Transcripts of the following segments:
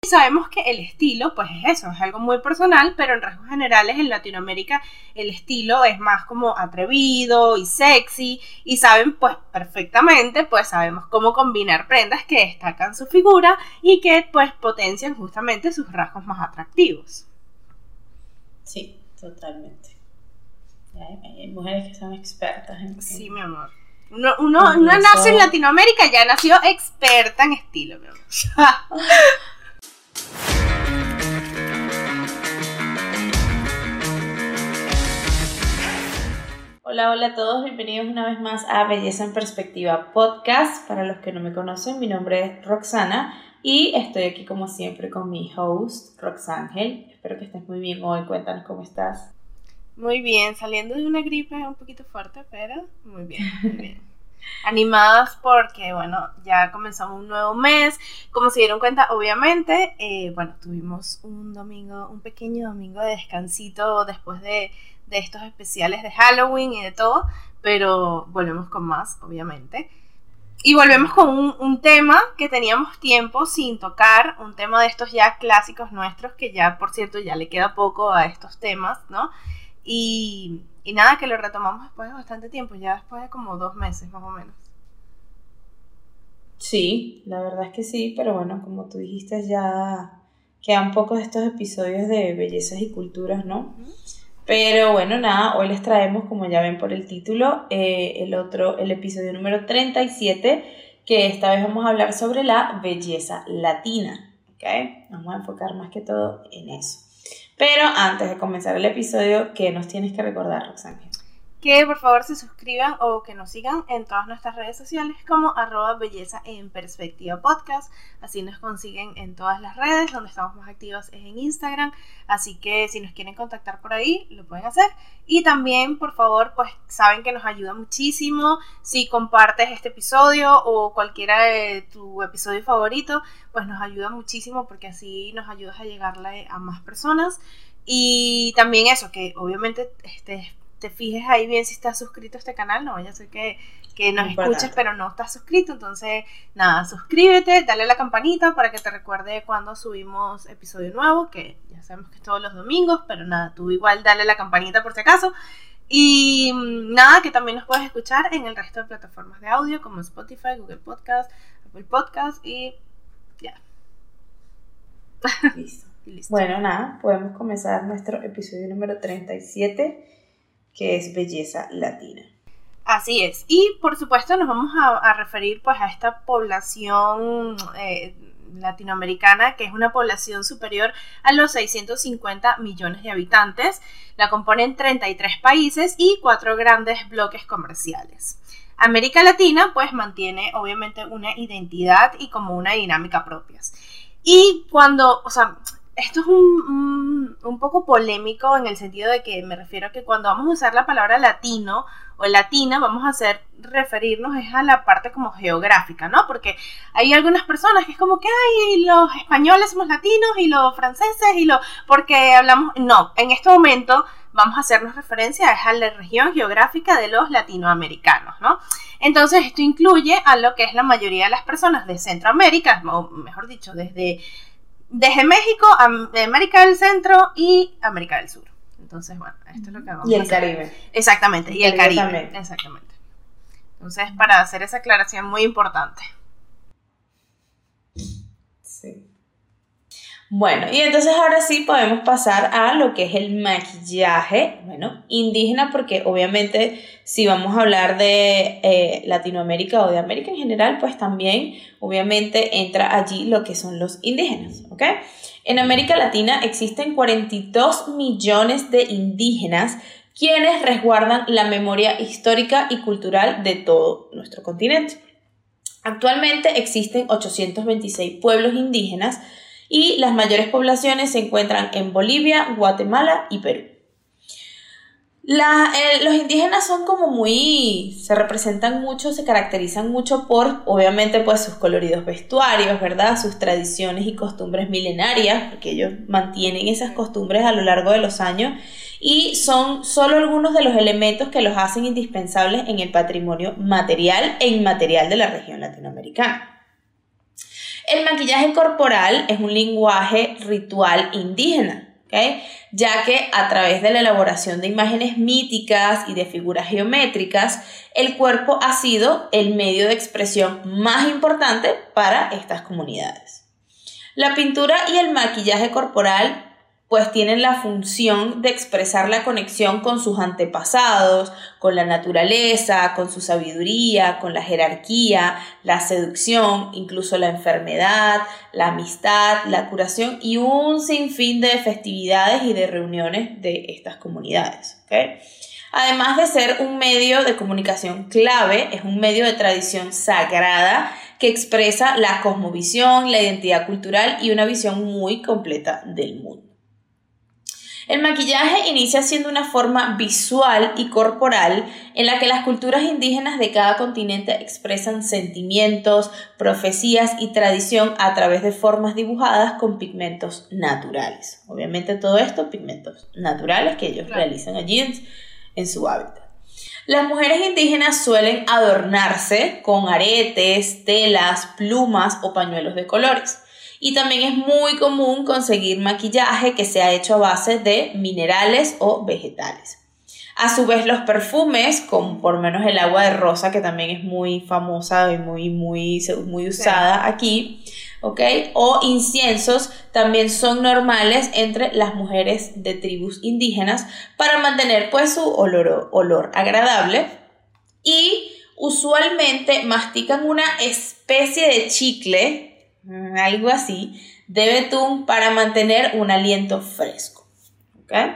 Y sabemos que el estilo, pues es eso, es algo muy personal, pero en rasgos generales en Latinoamérica el estilo es más como atrevido y sexy, y saben pues perfectamente, pues sabemos cómo combinar prendas que destacan su figura y que pues potencian justamente sus rasgos más atractivos. Sí, totalmente. Hay mujeres que son expertas en... Sí, mi amor. Uno nace en Latinoamérica, ya nació experta en estilo, mi amor. Hola a todos, bienvenidos una vez más a Belleza en Perspectiva Podcast. Para los que no me conocen, mi nombre es Roxana y estoy aquí como siempre con mi host, Roxángel. Espero que estés muy bien hoy, cuéntanos cómo estás. Muy bien, saliendo de una gripe un poquito fuerte, pero muy bien, muy bien. Animadas porque, bueno, ya comenzamos un nuevo mes. Como se dieron cuenta, obviamente, tuvimos un pequeño domingo de descansito después de estos especiales de Halloween y de todo, pero volvemos con más, obviamente. Y volvemos con un tema que teníamos tiempo sin tocar, un tema de estos ya clásicos nuestros, que ya, por cierto, ya le queda poco a estos temas, ¿no? Y nada, que lo retomamos después de bastante tiempo, ya después de como 2 meses más o menos. Sí, la verdad es que sí, pero bueno, como tú dijiste, ya quedan pocos de estos episodios de bellezas y culturas, ¿no? Pero bueno, nada, hoy les traemos, como ya ven por el título, el episodio número 37, que esta vez vamos a hablar sobre la belleza latina, ¿ok? Vamos a enfocar más que todo en eso. Pero antes de comenzar el episodio, ¿qué nos tienes que recordar, Roxángel? Que por favor se suscriban o que nos sigan en todas nuestras redes sociales como @belleza en perspectiva podcast. Así nos consiguen en todas las redes. Donde estamos más activas es en Instagram, así que si nos quieren contactar por ahí lo pueden hacer. Y también, por favor, pues saben que nos ayuda muchísimo si compartes este episodio o cualquiera de tu episodio favorito, pues nos ayuda muchísimo porque así nos ayudas a llegarle a más personas. Y también eso, que obviamente te fijes ahí bien si estás suscrito a este canal, no vaya a ser que nos escuches pero no estás suscrito. Entonces nada, suscríbete, dale a la campanita para que te recuerde cuando subimos episodio nuevo, que ya sabemos que es todos los domingos, pero nada, tú igual dale a la campanita por si acaso. Y nada, que también nos puedes escuchar en el resto de plataformas de audio como Spotify, Google Podcast, Apple Podcast y ya. Listo. Bueno, nada, podemos comenzar nuestro episodio número 37, que es belleza latina. Así es, y por supuesto nos vamos a referir pues a esta población latinoamericana, que es una población superior a los 650 millones de habitantes. La componen 33 países y 4 grandes bloques comerciales. América Latina pues mantiene obviamente una identidad y como una dinámica propias. Y cuando, esto es un poco polémico en el sentido de que me refiero a que cuando vamos a usar la palabra latino o latina, vamos a referirnos es a la parte como geográfica, ¿no? Porque hay algunas personas que es como que, ay, los españoles somos latinos y los franceses porque hablamos, no, en este momento vamos a hacernos referencia a la región geográfica de los latinoamericanos, ¿no? Entonces esto incluye a lo que es la mayoría de las personas de Centroamérica, o mejor dicho, desde México, América del Centro y América del Sur. Entonces, bueno, esto es lo que vamos a hacer. Y el Caribe. Exactamente, y el Caribe también. Exactamente. Entonces, para hacer esa aclaración muy importante. Sí. Bueno, y entonces ahora sí podemos pasar a lo que es el maquillaje, indígena, porque obviamente si vamos a hablar de Latinoamérica o de América en general, pues también obviamente entra allí lo que son los indígenas, ¿ok? En América Latina existen 42 millones de indígenas quienes resguardan la memoria histórica y cultural de todo nuestro continente. Actualmente existen 826 pueblos indígenas y las mayores poblaciones se encuentran en Bolivia, Guatemala y Perú. Los indígenas son como se representan mucho, se caracterizan mucho por, obviamente, pues sus coloridos vestuarios, ¿verdad? Sus tradiciones y costumbres milenarias, porque ellos mantienen esas costumbres a lo largo de los años y son solo algunos de los elementos que los hacen indispensables en el patrimonio material e inmaterial de la región latinoamericana. El maquillaje corporal es un lenguaje ritual indígena, ¿okay? Ya que a través de la elaboración de imágenes míticas y de figuras geométricas, el cuerpo ha sido el medio de expresión más importante para estas comunidades. La pintura y el maquillaje corporal pues tienen la función de expresar la conexión con sus antepasados, con la naturaleza, con su sabiduría, con la jerarquía, la seducción, incluso la enfermedad, la amistad, la curación y un sinfín de festividades y de reuniones de estas comunidades, ¿okay? Además de ser un medio de comunicación clave, es un medio de tradición sagrada que expresa la cosmovisión, la identidad cultural y una visión muy completa del mundo. El maquillaje inicia siendo una forma visual y corporal en la que las culturas indígenas de cada continente expresan sentimientos, profecías y tradición a través de formas dibujadas con pigmentos naturales. Obviamente todo esto, pigmentos naturales que ellos realizan allí en su hábitat. Las mujeres indígenas suelen adornarse con aretes, telas, plumas o pañuelos de colores. Y también es muy común conseguir maquillaje que sea hecho a base de minerales o vegetales. A su vez, los perfumes, como por lo menos el agua de rosa, que también es muy famosa y muy usada aquí, ¿okay? O inciensos también son normales entre las mujeres de tribus indígenas para mantener pues su olor agradable. Y usualmente mastican una especie de chicle, algo así, de betún para mantener un aliento fresco, ¿okay?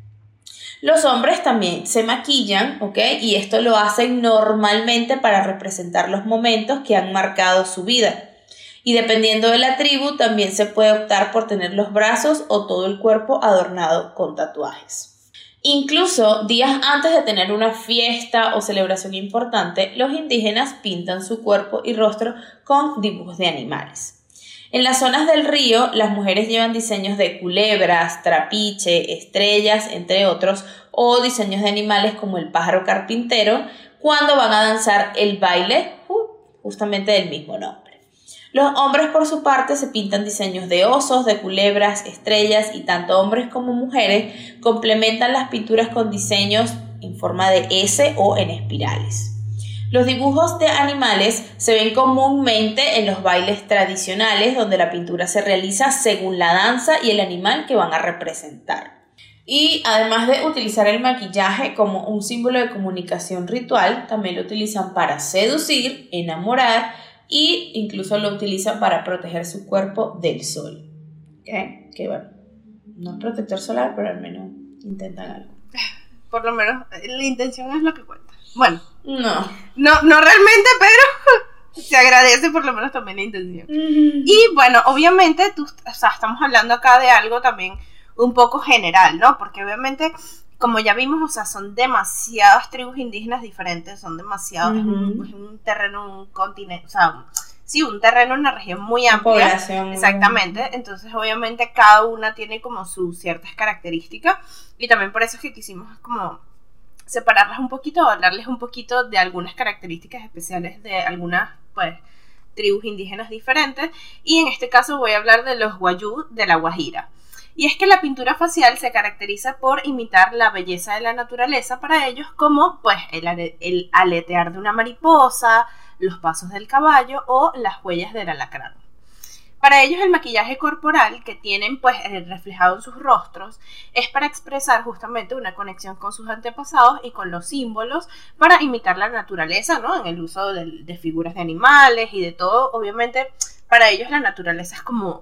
Los hombres también se maquillan, ¿okay? Y esto lo hacen normalmente para representar los momentos que han marcado su vida. Y dependiendo de la tribu, también se puede optar por tener los brazos o todo el cuerpo adornado con tatuajes. Incluso días antes de tener una fiesta o celebración importante, los indígenas pintan su cuerpo y rostro con dibujos de animales. En las zonas del río, las mujeres llevan diseños de culebras, trapiche, estrellas, entre otros, o diseños de animales como el pájaro carpintero, cuando van a danzar el baile justamente del mismo nombre. Los hombres, por su parte, se pintan diseños de osos, de culebras, estrellas, y tanto hombres como mujeres complementan las pinturas con diseños en forma de S o en espirales. Los dibujos de animales se ven comúnmente en los bailes tradicionales, donde la pintura se realiza según la danza y el animal que van a representar. Y además de utilizar el maquillaje como un símbolo de comunicación ritual, también lo utilizan para seducir, enamorar e incluso lo utilizan para proteger su cuerpo del sol. ¿Okay? Que bueno, no es protector solar, pero al menos intentan algo. Por lo menos la intención es lo que cuenta. Bueno, no realmente, pero se agradece por lo menos también la intención. Y bueno, obviamente estamos hablando acá de algo también un poco general, ¿no? Porque obviamente, como ya vimos, o sea, son demasiadas tribus indígenas diferentes, son demasiados, es un terreno, un continente, o sea, sí, un terreno, una región muy amplia. Población. Exactamente, entonces obviamente cada una tiene como sus ciertas características, y también por eso es que quisimos como separarlas un poquito, hablarles un poquito de algunas características especiales de algunas, pues, tribus indígenas diferentes, y en este caso voy a hablar de los wayuu de La Guajira. Y es que la pintura facial se caracteriza por imitar la belleza de la naturaleza para ellos, como pues el aletear de una mariposa, los pasos del caballo o las huellas del alacrán. Para ellos el maquillaje corporal que tienen pues reflejado en sus rostros es para expresar justamente una conexión con sus antepasados y con los símbolos, para imitar la naturaleza, ¿no? En el uso de figuras de animales y de todo. Obviamente para ellos la naturaleza es como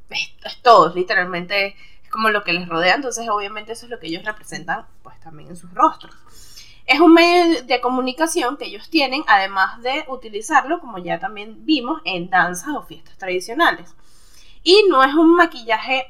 es todo, literalmente es como lo que les rodea, entonces obviamente eso es lo que ellos representan pues también en sus rostros. Es un medio de comunicación que ellos tienen, además de utilizarlo, como ya también vimos, en danzas o fiestas tradicionales. Y no hay un maquillaje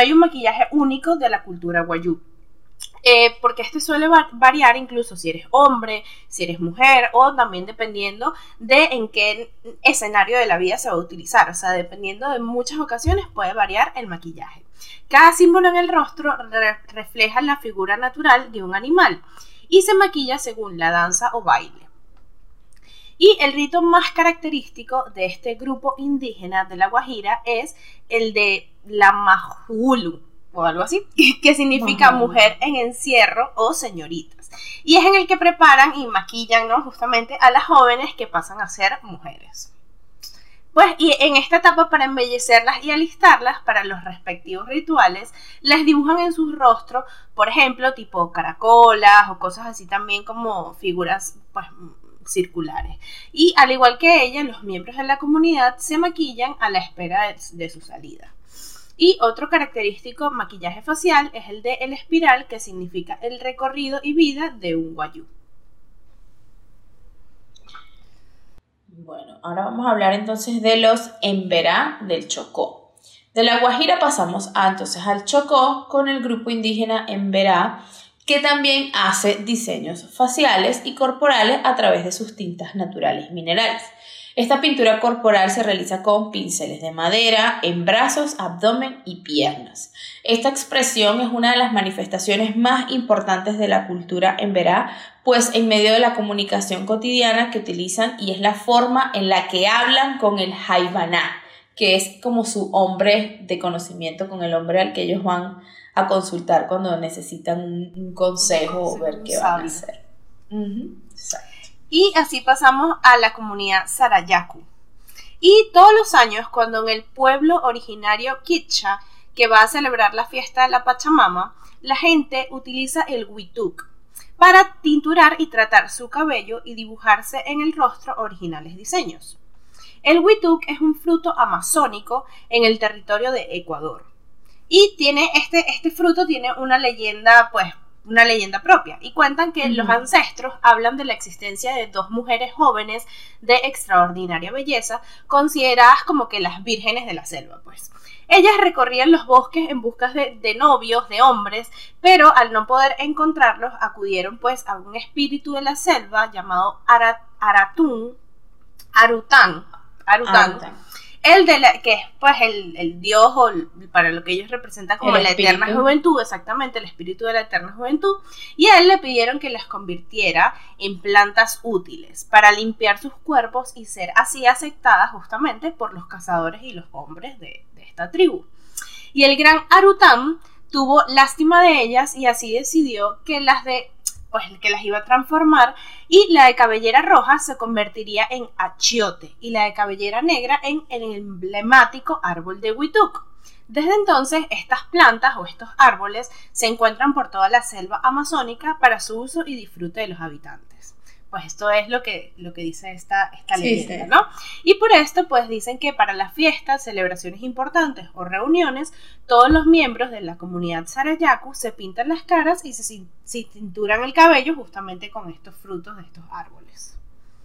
único de la cultura wayuu, porque este suele variar incluso si eres hombre, si eres mujer, o también dependiendo de en qué escenario de la vida se va a utilizar. O sea, dependiendo de muchas ocasiones puede variar el maquillaje. Cada símbolo en el rostro refleja la figura natural de un animal y se maquilla según la danza o baile. Y el rito más característico de este grupo indígena de La Guajira es el de la Majulu, o algo así, que significa mujer en encierro o señoritas. Y es en el que preparan y maquillan, ¿no?, justamente a las jóvenes que pasan a ser mujeres. Pues, y en esta etapa, para embellecerlas y alistarlas para los respectivos rituales, les dibujan en sus rostros, por ejemplo, tipo caracolas o cosas así, también como figuras, pues, circulares. Y al igual que ella, los miembros de la comunidad se maquillan a la espera de su salida. Y otro característico maquillaje facial es el de el espiral, que significa el recorrido y vida de un guayú. Bueno, ahora vamos a hablar entonces de los Emberá del Chocó. De La Guajira pasamos entonces al Chocó con el grupo indígena Emberá, que también hace diseños faciales y corporales a través de sus tintas naturales minerales. Esta pintura corporal se realiza con pinceles de madera en brazos, abdomen y piernas. Esta expresión es una de las manifestaciones más importantes de la cultura emberá, pues en medio de la comunicación cotidiana que utilizan, y es la forma en la que hablan con el jaibaná, que es como su hombre de conocimiento, con el hombre al que ellos van a consultar cuando necesitan un consejo o ver qué van a hacer. Exacto. Y así pasamos a la comunidad Sarayaku. Y todos los años, cuando en el pueblo originario Quicha, que va a celebrar la fiesta de la Pachamama, la gente utiliza el huituc para tinturar y tratar su cabello y dibujarse en el rostro originales diseños. El huituc es un fruto amazónico en el territorio de Ecuador. Y tiene este fruto tiene una leyenda, pues, una leyenda propia, y cuentan que los ancestros hablan de la existencia de dos mujeres jóvenes de extraordinaria belleza, consideradas como que las vírgenes de la selva, pues. Ellas recorrían los bosques en busca de novios, de hombres, pero al no poder encontrarlos, acudieron pues a un espíritu de la selva llamado Arután, que es pues el dios, o para lo que ellos representan como la eterna juventud, exactamente, el espíritu de la eterna juventud, y a él le pidieron que las convirtiera en plantas útiles para limpiar sus cuerpos y ser así aceptadas justamente por los cazadores y los hombres de esta tribu. Y el gran Arután tuvo lástima de ellas y así decidió que que las iba a transformar, y la de cabellera roja se convertiría en achiote y la de cabellera negra en el emblemático árbol de huituc. Desde entonces, estas plantas o estos árboles se encuentran por toda la selva amazónica para su uso y disfrute de los habitantes. Pues esto es lo que dice esta leyenda, sí. ¿No? Y por esto, pues dicen que para las fiestas, celebraciones importantes o reuniones, todos los miembros de la comunidad Sarayaku se pintan las caras y se tinturan el cabello justamente con estos frutos de estos árboles.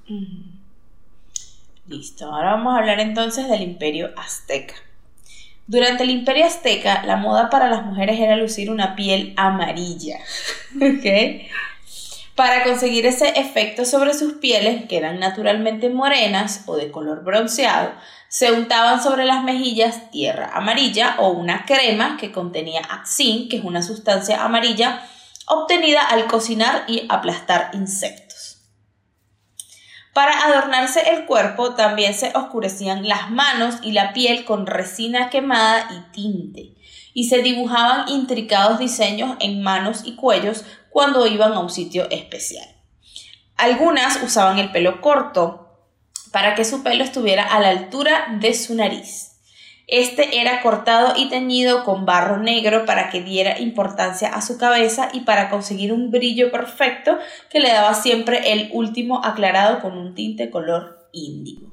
Listo, ahora vamos a hablar entonces del Imperio Azteca. Durante el Imperio Azteca, la moda para las mujeres era lucir una piel amarilla. ¿Ok? Para conseguir ese efecto sobre sus pieles, que eran naturalmente morenas o de color bronceado, se untaban sobre las mejillas tierra amarilla o una crema que contenía axin, que es una sustancia amarilla obtenida al cocinar y aplastar insectos. Para adornarse el cuerpo también se oscurecían las manos y la piel con resina quemada y tinte, y se dibujaban intricados diseños en manos y cuellos cuando iban a un sitio especial. Algunas usaban el pelo corto para que su pelo estuviera a la altura de su nariz. Este era cortado y teñido con barro negro para que diera importancia a su cabeza y para conseguir un brillo perfecto que le daba siempre el último aclarado con un tinte color índigo.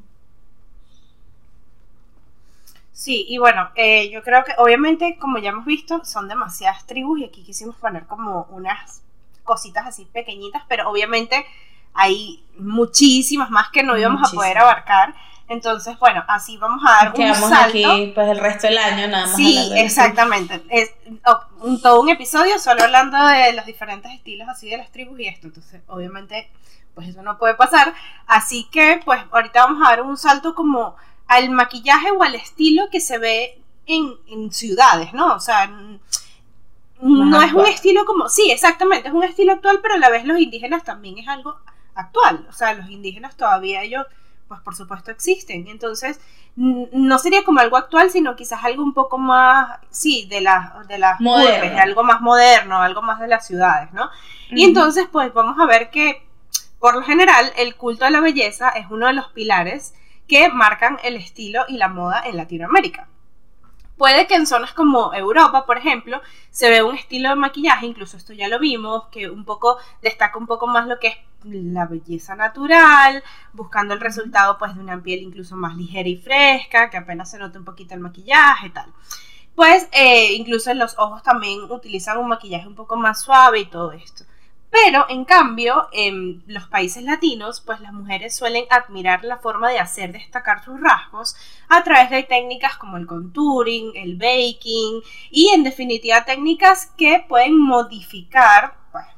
Sí, y bueno, yo creo que obviamente, como ya hemos visto, son demasiadas tribus y aquí quisimos poner como unas cositas así pequeñitas, pero obviamente hay muchísimas más que no íbamos a poder abarcar. Entonces, bueno, así vamos a dar un salto. Aquí pues el resto del año nada más. Sí, exactamente. Es todo un episodio solo hablando de los diferentes estilos así de las tribus y esto. Entonces, obviamente, pues eso no puede pasar. Así que, pues ahorita vamos a dar un salto como al maquillaje o al estilo que se ve en ciudades, ¿no? O sea, no es un estilo como... Sí, exactamente, es un estilo actual, pero a la vez los indígenas también es algo actual. O sea, los indígenas todavía ellos, pues por supuesto existen. Entonces, no sería como algo actual, sino quizás algo un poco más, sí, de las urbes, algo más moderno, algo más de las ciudades, ¿no? Y entonces, pues vamos a ver que, por lo general, el culto a la belleza es uno de los pilares que marcan el estilo y la moda en Latinoamérica. Puede que en zonas como Europa, por ejemplo, se ve un estilo de maquillaje, incluso esto ya lo vimos, que un poco destaca un poco más lo que es la belleza natural, buscando el resultado pues de una piel incluso más ligera y fresca, que apenas se note un poquito el maquillaje y tal. Pues incluso en los ojos también utilizan un maquillaje un poco más suave y todo esto. Pero, en cambio, en los países latinos, pues las mujeres suelen admirar la forma de hacer destacar sus rasgos a través de técnicas como el contouring, el baking y, en definitiva, técnicas que pueden modificar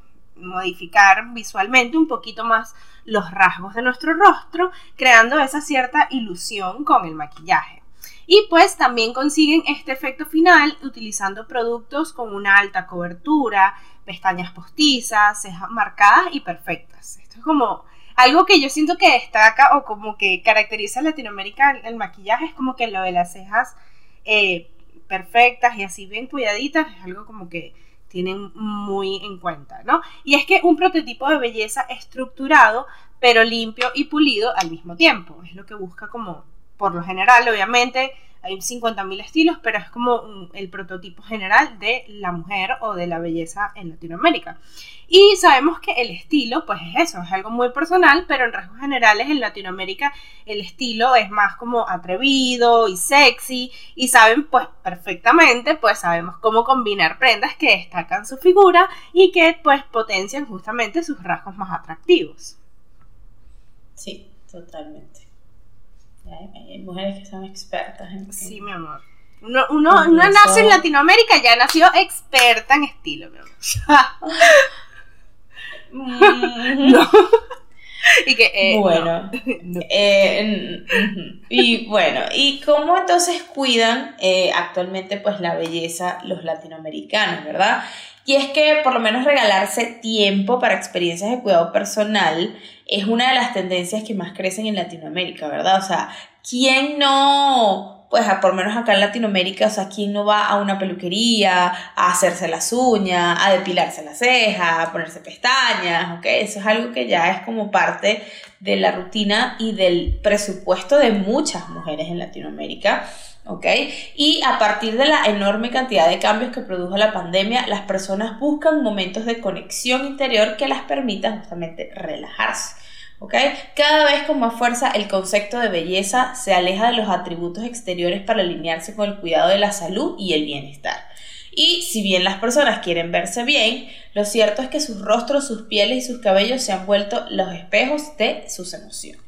visualmente un poquito más los rasgos de nuestro rostro, creando esa cierta ilusión con el maquillaje. Y pues también consiguen este efecto final utilizando productos con una alta cobertura, pestañas postizas, cejas marcadas y perfectas. Esto es como algo que yo siento que destaca o como que caracteriza a Latinoamérica el maquillaje, es como que lo de las cejas perfectas y así bien cuidaditas, es algo como que tienen muy en cuenta, ¿no? Y es que un prototipo de belleza estructurado, pero limpio y pulido al mismo tiempo, es lo que busca como, por lo general, obviamente, hay 50.000 estilos, pero es como el prototipo general de la mujer o de la belleza en Latinoamérica. Y sabemos que el estilo, pues es eso, es algo muy personal, pero en rasgos generales en Latinoamérica el estilo es más como atrevido y sexy, y saben pues perfectamente, pues sabemos cómo combinar prendas que destacan su figura y que pues potencian justamente sus rasgos más atractivos. Sí, totalmente. Hay mujeres que son expertas en... Sí, mi amor. Uno nace en Latinoamérica, ya nació experta en estilo, mi amor. No. Y que, bueno, no. Y bueno, ¿y cómo entonces cuidan actualmente pues la belleza los latinoamericanos, verdad? Y es que por lo menos regalarse tiempo para experiencias de cuidado personal es una de las tendencias que más crecen en Latinoamérica, ¿verdad? O sea, ¿quién no, pues por lo menos acá en Latinoamérica, o sea, quién no va a una peluquería a hacerse las uñas, a depilarse las cejas, a ponerse pestañas, ¿ok? Eso es algo que ya es como parte de la rutina y del presupuesto de muchas mujeres en Latinoamérica. ¿Okay? Y a partir de la enorme cantidad de cambios que produjo la pandemia, las personas buscan momentos de conexión interior que las permitan justamente relajarse. ¿Okay? Cada vez con más fuerza el concepto de belleza se aleja de los atributos exteriores para alinearse con el cuidado de la salud y el bienestar. Y si bien las personas quieren verse bien, lo cierto es que sus rostros, sus pieles y sus cabellos se han vuelto los espejos de sus emociones.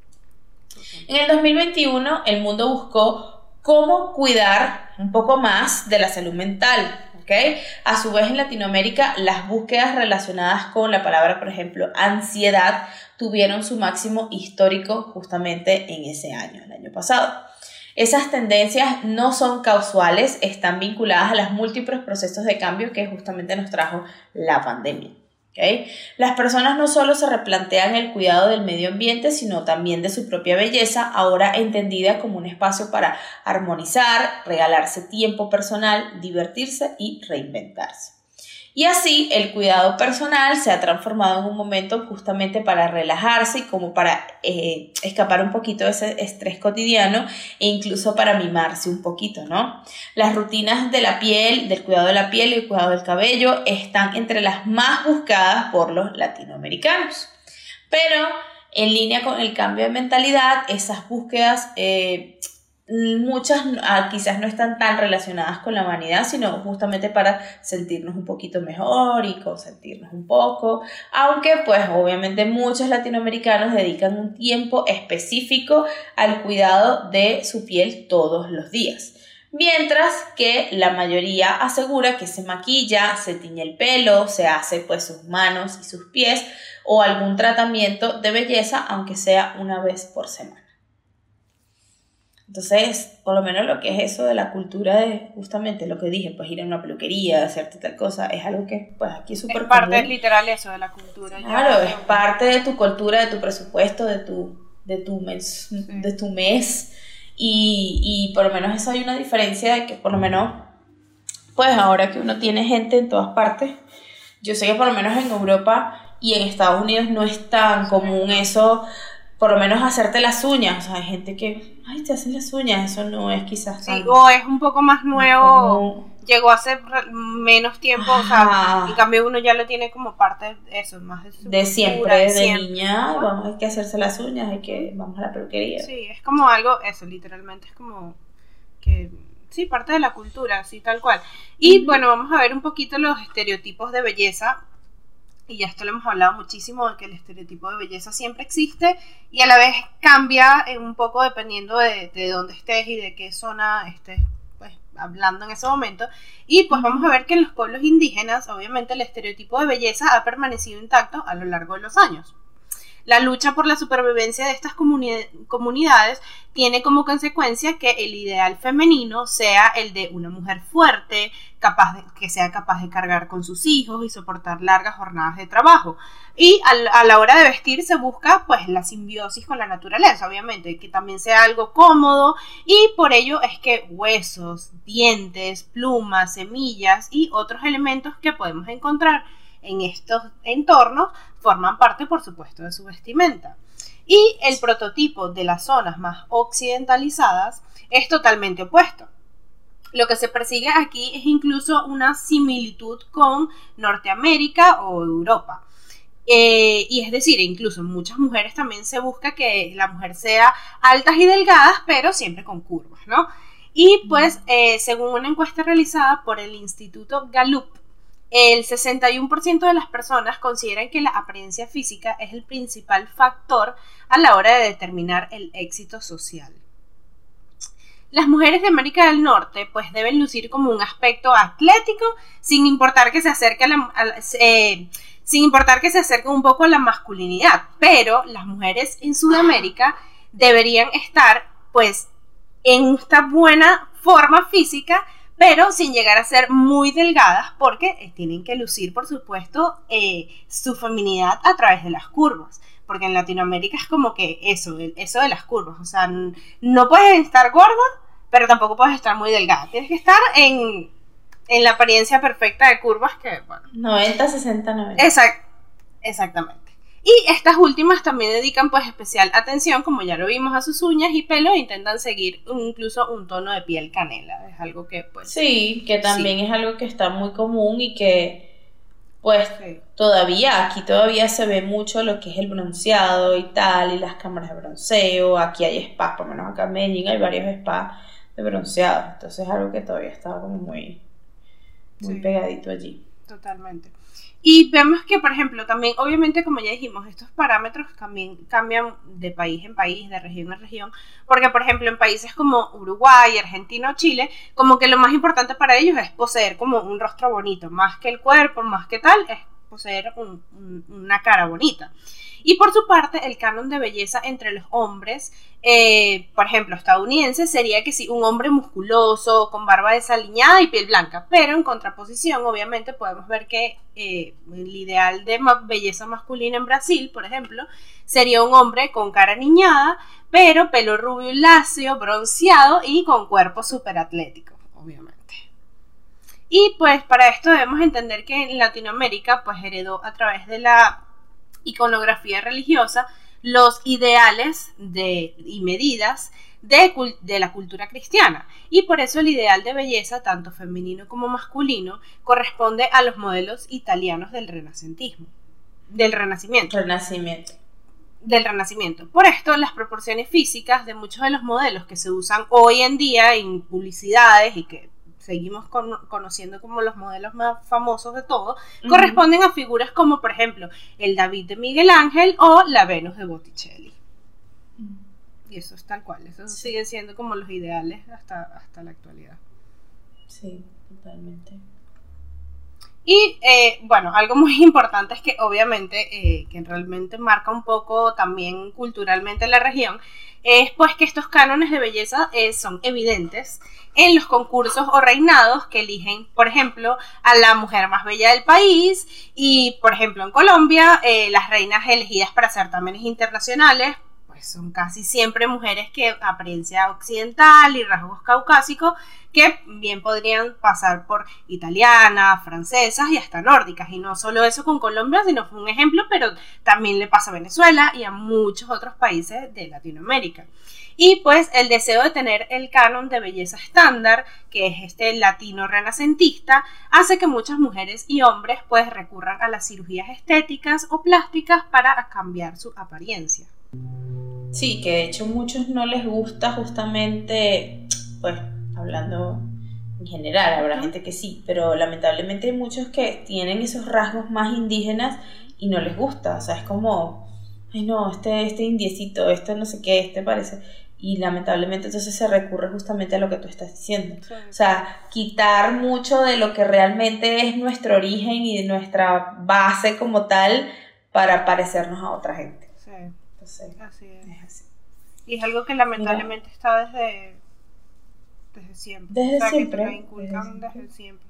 En el 2021 el mundo buscó cómo cuidar un poco más de la salud mental, ¿ok? A su vez en Latinoamérica las búsquedas relacionadas con la palabra, por ejemplo, ansiedad, tuvieron su máximo histórico justamente en ese año, el año pasado. Esas tendencias no son causales, están vinculadas a los múltiples procesos de cambio que justamente nos trajo la pandemia. ¿Okay? Las personas no solo se replantean el cuidado del medio ambiente, sino también de su propia belleza, ahora entendida como un espacio para armonizar, regalarse tiempo personal, divertirse y reinventarse. Y así el cuidado personal se ha transformado en un momento justamente para relajarse y como para escapar un poquito de ese estrés cotidiano e incluso para mimarse un poquito, ¿no? Las rutinas de la piel, del cuidado de la piel y el cuidado del cabello están entre las más buscadas por los latinoamericanos. Pero en línea con el cambio de mentalidad, esas búsquedas muchas quizás no están tan relacionadas con la vanidad, sino justamente para sentirnos un poquito mejor y consentirnos un poco, aunque pues obviamente muchos latinoamericanos dedican un tiempo específico al cuidado de su piel todos los días. Mientras que la mayoría asegura que se maquilla, se tiñe el pelo, se hace pues sus manos y sus pies o algún tratamiento de belleza, aunque sea una vez por semana. Entonces, por lo menos lo que es eso de la cultura de justamente lo que dije, pues ir a una peluquería, hacerte tal cosa, es algo que pues aquí es súper Es parte común. literal eso de la cultura. Claro, Ya es parte de tu cultura, de tu presupuesto, de tu mes. Y por lo menos eso hay una diferencia de que por lo menos, pues ahora que uno tiene gente en todas partes, yo sé que por lo menos en Europa y en Estados Unidos no es tan común eso, por lo menos hacerte las uñas. O sea, hay gente que, ay, te hacen las uñas, eso no es quizás sí, tan o es un poco más nuevo, común. llegó hace menos tiempo, o sea, en cambio uno ya lo tiene como parte de eso, más de su De cultura, siempre, de siempre. niña, Ajá. vamos, hay que hacerse las uñas, vamos a la peluquería. Sí, es como algo, eso, literalmente es como que, sí, parte de la cultura, así tal cual. Y bueno, vamos a ver un poquito los estereotipos de belleza. Y ya esto lo hemos hablado muchísimo, de que el estereotipo de belleza siempre existe y a la vez cambia un poco dependiendo de dónde estés y de qué zona estés pues, hablando en ese momento. Y pues vamos a ver que en los pueblos indígenas, obviamente, el estereotipo de belleza ha permanecido intacto a lo largo de los años. La lucha por la supervivencia de estas comunidades tiene como consecuencia que el ideal femenino sea el de una mujer fuerte, que sea capaz de cargar con sus hijos y soportar largas jornadas de trabajo. Y a la hora de vestir se busca pues la simbiosis con la naturaleza, obviamente, que también sea algo cómodo, y por ello es que huesos, dientes, plumas, semillas y otros elementos que podemos encontrar en estos entornos forman parte, por supuesto, de su vestimenta. Y el prototipo de las zonas más occidentalizadas es totalmente opuesto. Lo que se persigue aquí es incluso una similitud con Norteamérica o Europa. Y es decir, incluso en muchas mujeres también se busca que la mujer sea altas y delgadas, pero siempre con curvas, ¿no? Y pues, según una encuesta realizada por el Instituto Gallup, el 61% de las personas consideran que la apariencia física es el principal factor a la hora de determinar el éxito social. Las mujeres de América del Norte pues deben lucir como un aspecto atlético sin importar que se acerque sin importar que se acerque un poco a la masculinidad, pero las mujeres en Sudamérica deberían estar pues en esta buena forma física, pero sin llegar a ser muy delgadas, porque tienen que lucir, por supuesto, su feminidad a través de las curvas. Porque en Latinoamérica es como que eso de las curvas. O sea, no puedes estar gorda, pero tampoco puedes estar muy delgada. Tienes que estar en la apariencia perfecta de curvas que, bueno. 90, 60, 90. Exactamente. Y estas últimas también dedican pues especial atención, como ya lo vimos, a sus uñas y pelo e intentan seguir incluso un tono de piel canela. Es algo que pues... Sí, que también es algo que está muy común y que pues aquí todavía se ve mucho lo que es el bronceado y tal, y las cámaras de bronceo. Aquí hay spas, por lo menos acá en Medellín hay varios spas de bronceado. Entonces es algo que todavía está como muy pegadito allí. Totalmente. Y vemos que, por ejemplo, también, obviamente, como ya dijimos, estos parámetros también cambian de país en país, de región en región, porque, por ejemplo, en países como Uruguay, Argentina o Chile, como que lo más importante para ellos es poseer como un rostro bonito, más que el cuerpo, más que tal, es poseer una cara bonita. Y por su parte, el canon de belleza entre los hombres, por ejemplo, estadounidense, sería que sí, un hombre musculoso, con barba desaliñada y piel blanca. Pero en contraposición, obviamente, podemos ver que el ideal de belleza masculina en Brasil, por ejemplo, sería un hombre con cara niñada, pero pelo rubio y lacio, bronceado y con cuerpo súper atlético, obviamente. Y pues para esto debemos entender que en Latinoamérica pues heredó a través de la iconografía religiosa los ideales y medidas de la cultura cristiana, y por eso el ideal de belleza, tanto femenino como masculino, corresponde a los modelos italianos del renacimiento. Por esto, las proporciones físicas de muchos de los modelos que se usan hoy en día en publicidades y que seguimos conociendo como los modelos más famosos de todo, corresponden a figuras como, por ejemplo, el David de Miguel Ángel o la Venus de Botticelli. Y eso es tal cual, esos siguen siendo como los ideales hasta la actualidad. Sí, totalmente. Y bueno, algo muy importante es que obviamente, que realmente marca un poco también culturalmente la región, es pues que estos cánones de belleza son evidentes en los concursos o reinados que eligen, por ejemplo, a la mujer más bella del país. Y por ejemplo en Colombia, las reinas elegidas para certámenes internacionales pues son casi siempre mujeres que apariencia occidental y rasgos caucásicos, que bien podrían pasar por italianas, francesas y hasta nórdicas. Y no solo eso con Colombia, sino fue un ejemplo, pero también le pasa a Venezuela y a muchos otros países de Latinoamérica. Y pues el deseo de tener el canon de belleza estándar, que es este latino renacentista, hace que muchas mujeres y hombres pues recurran a las cirugías estéticas o plásticas para cambiar su apariencia. Sí, que de hecho a muchos no les gusta justamente, pues hablando en general, habrá gente que sí, pero lamentablemente hay muchos que tienen esos rasgos más indígenas y no les gusta, o sea, es como, ay no, este indiecito, no sé qué, parece, y lamentablemente entonces se recurre justamente a lo que tú estás diciendo, sí. O sea, quitar mucho de lo que realmente es nuestro origen y de nuestra base como tal para parecernos a otra gente. Sí. Entonces, así es. Así. Y es algo que lamentablemente está desde siempre. Desde siempre. Que te lo inculcan desde siempre.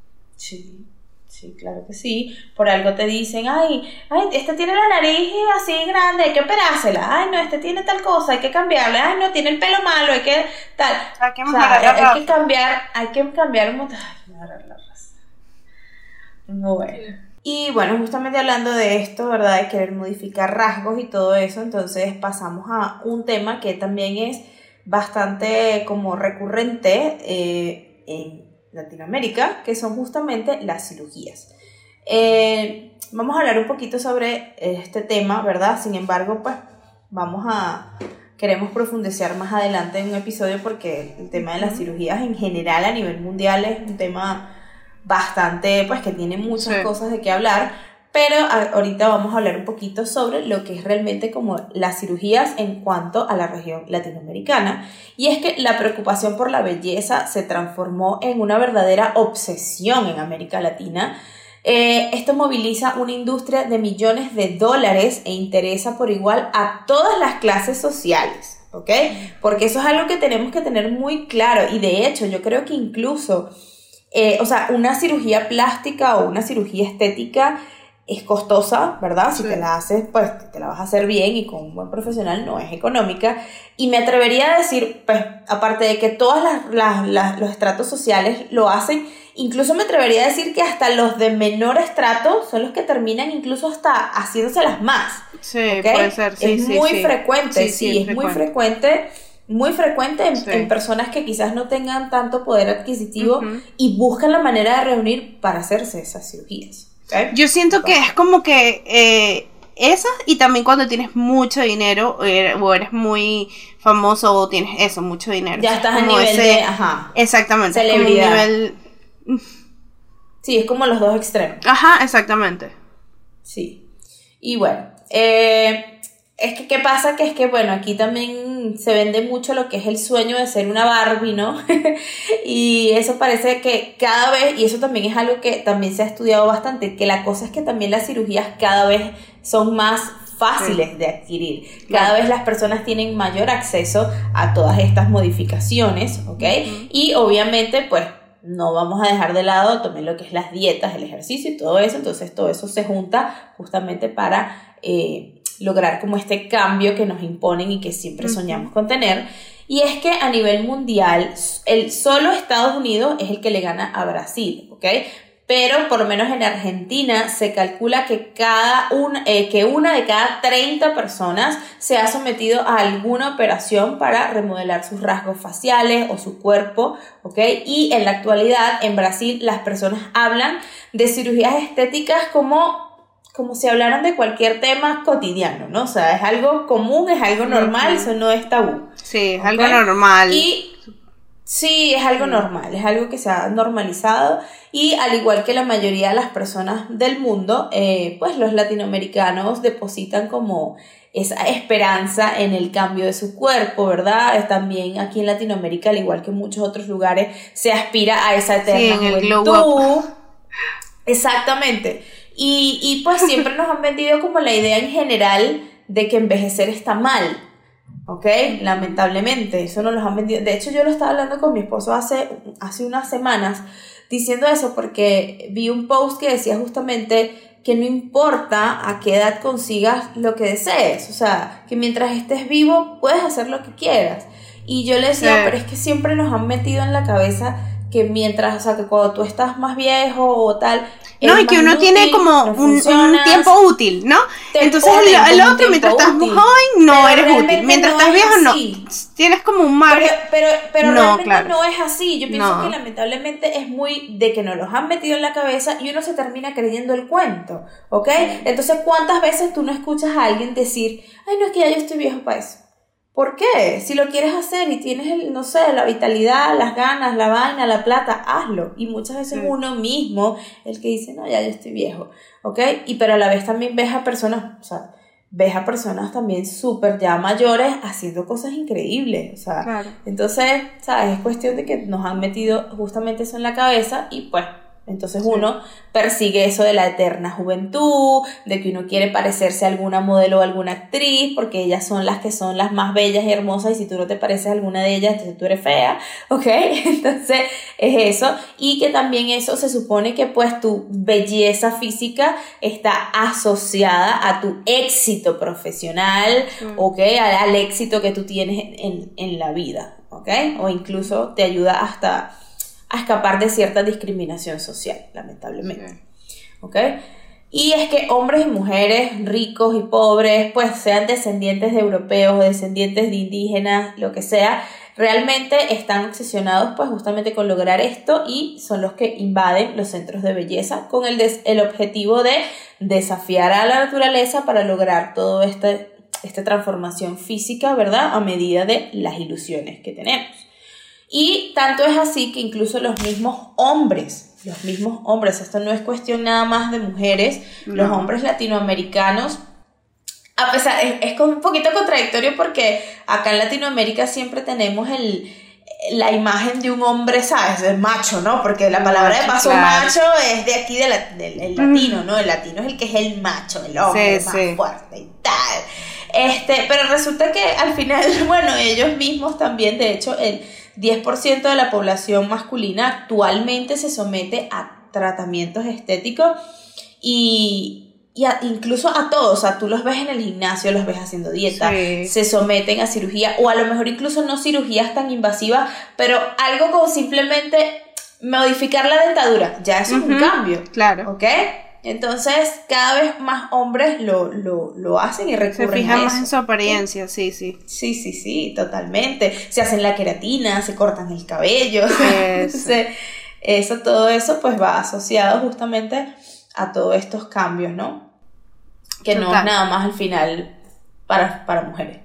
Sí, claro que sí. Por algo te dicen, ay, este tiene la nariz así grande, hay que operársela. Ay, no, este tiene tal cosa, hay que cambiarle. Ay, no, tiene el pelo malo, hay que tal. Hay que mejorar la raza. Hay que cambiar un montón. Ay, mejorar la raza. Bueno. Sí. Y bueno, justamente hablando de esto, ¿verdad? De querer modificar rasgos y todo eso, entonces pasamos a un tema que también es bastante como recurrente en Latinoamérica, que son justamente las cirugías. Vamos a hablar un poquito sobre este tema, ¿verdad? Sin embargo, pues queremos profundizar más adelante en un episodio porque el tema de las cirugías en general a nivel mundial es un tema bastante, pues que tiene muchas cosas de qué hablar, pero ahorita vamos a hablar un poquito sobre lo que es realmente como las cirugías en cuanto a la región latinoamericana, y es que la preocupación por la belleza se transformó en una verdadera obsesión en América Latina. Esto moviliza una industria de millones de dólares e interesa por igual a todas las clases sociales, ¿ok? Porque eso es algo que tenemos que tener muy claro, y de hecho yo creo que incluso o sea, una cirugía plástica o una cirugía estética es costosa, ¿verdad? Si te la haces, pues te la vas a hacer bien y con un buen profesional, no es económica. Y me atrevería a decir, pues, aparte de que todos los estratos sociales lo hacen, incluso me atrevería a decir que hasta los de menor estrato son los que terminan incluso hasta haciéndoselas más. Sí, ¿okay? Puede ser, sí. Es muy frecuente, es muy frecuente. Muy frecuente en personas que quizás no tengan tanto poder adquisitivo y buscan la manera de reunir para hacerse esas cirugías. ¿Okay? Yo siento que es como que esas, y también cuando tienes mucho dinero o eres muy famoso o tienes eso, mucho dinero. Ya estás a nivel de exactamente, celebridad. Nivel... Sí, es como los dos extremos. Ajá, exactamente. Sí. Y bueno, es que, ¿qué pasa? Que es que, bueno, aquí también se vende mucho lo que es el sueño de ser una Barbie, ¿no? Y eso parece que cada vez, y eso también es algo que también se ha estudiado bastante, que la cosa es que también las cirugías cada vez son más fáciles de adquirir. Cada vez las personas tienen mayor acceso a todas estas modificaciones, ¿ok? Y obviamente, pues, no vamos a dejar de lado también lo que es las dietas, el ejercicio y todo eso. Entonces todo eso se junta justamente para lograr como este cambio que nos imponen y que siempre soñamos con tener. Y es que a nivel mundial solo Estados Unidos es el que le gana a Brasil, ¿ok? Pero por lo menos en Argentina se calcula que una de cada 30 personas se ha sometido a alguna operación para remodelar sus rasgos faciales o su cuerpo, ¿ok? Y en la actualidad en Brasil las personas hablan de cirugías estéticas como si hablaran de cualquier tema cotidiano, ¿no? O sea, es algo común, es algo normal, eso no es tabú. Sí, es algo normal. Y sí, es algo normal, es algo que se ha normalizado, y al igual que la mayoría de las personas del mundo, pues los latinoamericanos depositan como esa esperanza en el cambio de su cuerpo, ¿verdad? También aquí en Latinoamérica, al igual que en muchos otros lugares, se aspira a esa eterna juventud. Exactamente. Y pues siempre nos han vendido como la idea en general de que envejecer está mal, ¿ok? Lamentablemente, eso nos lo han vendido. De hecho, yo lo estaba hablando con mi esposo hace unas semanas, diciendo eso porque vi un post que decía justamente que no importa a qué edad consigas lo que desees, o sea, que mientras estés vivo puedes hacer lo que quieras. Y yo le decía, pero es que siempre nos han metido en la cabeza que mientras, o sea, que cuando tú estás más viejo o tal... No, y que uno útil, tiene como un tiempo útil, ¿no? Entonces el otro, mientras estás muy joven, no eres útil. Mientras estás viejo, no. Tienes como un margen. Pero no, realmente claro, no es así. Yo pienso que lamentablemente es muy de que nos los han metido en la cabeza y uno se termina creyendo el cuento, ¿ok? Entonces, ¿cuántas veces tú no escuchas a alguien decir, ay, no, es que ya yo estoy viejo para eso? ¿Por qué? Si lo quieres hacer y tienes, no sé, la vitalidad, las ganas, la vaina, la plata, hazlo. Y muchas veces uno mismo, el que dice, no, ya yo estoy viejo, ¿ok? Pero a la vez también ves a personas, o sea, ves a personas también súper ya mayores haciendo cosas increíbles, o sea. Claro. Entonces, ¿sabes? Es cuestión de que nos han metido justamente eso en la cabeza y pues... Entonces uno persigue eso de la eterna juventud, de que uno quiere parecerse a alguna modelo o alguna actriz, porque ellas son las más bellas y hermosas, y si tú no te pareces a alguna de ellas, entonces tú eres fea, ¿ok? Entonces es eso, y que también eso se supone que pues tu belleza física está asociada a tu éxito profesional, ¿ok? Al éxito que tú tienes en la vida, ¿ok? O incluso te ayuda hasta... a escapar de cierta discriminación social, lamentablemente. ¿Ok? Y es que hombres y mujeres, ricos y pobres, pues sean descendientes de europeos o descendientes de indígenas, lo que sea, realmente están obsesionados pues justamente con lograr esto y son los que invaden los centros de belleza con el objetivo de desafiar a la naturaleza para lograr todo esta transformación física, ¿verdad? A medida de las ilusiones que tenemos. Y tanto es así que incluso los mismos hombres, esto no es cuestión nada más de mujeres, los hombres latinoamericanos, a pesar, es un poquito contradictorio porque acá en Latinoamérica siempre tenemos la imagen de un hombre, ¿sabes? El macho, ¿no? Porque la palabra de paso macho es de aquí del latino, ¿no? El latino es el que es el macho, el hombre más fuerte y tal. Pero resulta que al final, bueno, ellos mismos también, de hecho, el 10% de la población masculina actualmente se somete a tratamientos estéticos incluso a todos, o sea, tú los ves en el gimnasio, los ves haciendo dieta, se someten a cirugía, o a lo mejor incluso no cirugías tan invasivas, pero algo como simplemente modificar la dentadura, ya eso es un cambio, claro. ¿ok? Entonces, cada vez más hombres lo hacen y recurren a eso. Se fijan más en su apariencia, sí. Sí, totalmente. Se hacen la queratina, se cortan el cabello. Entonces, todo eso pues va asociado justamente a todos estos cambios, ¿no? Que no es nada más al final para mujeres.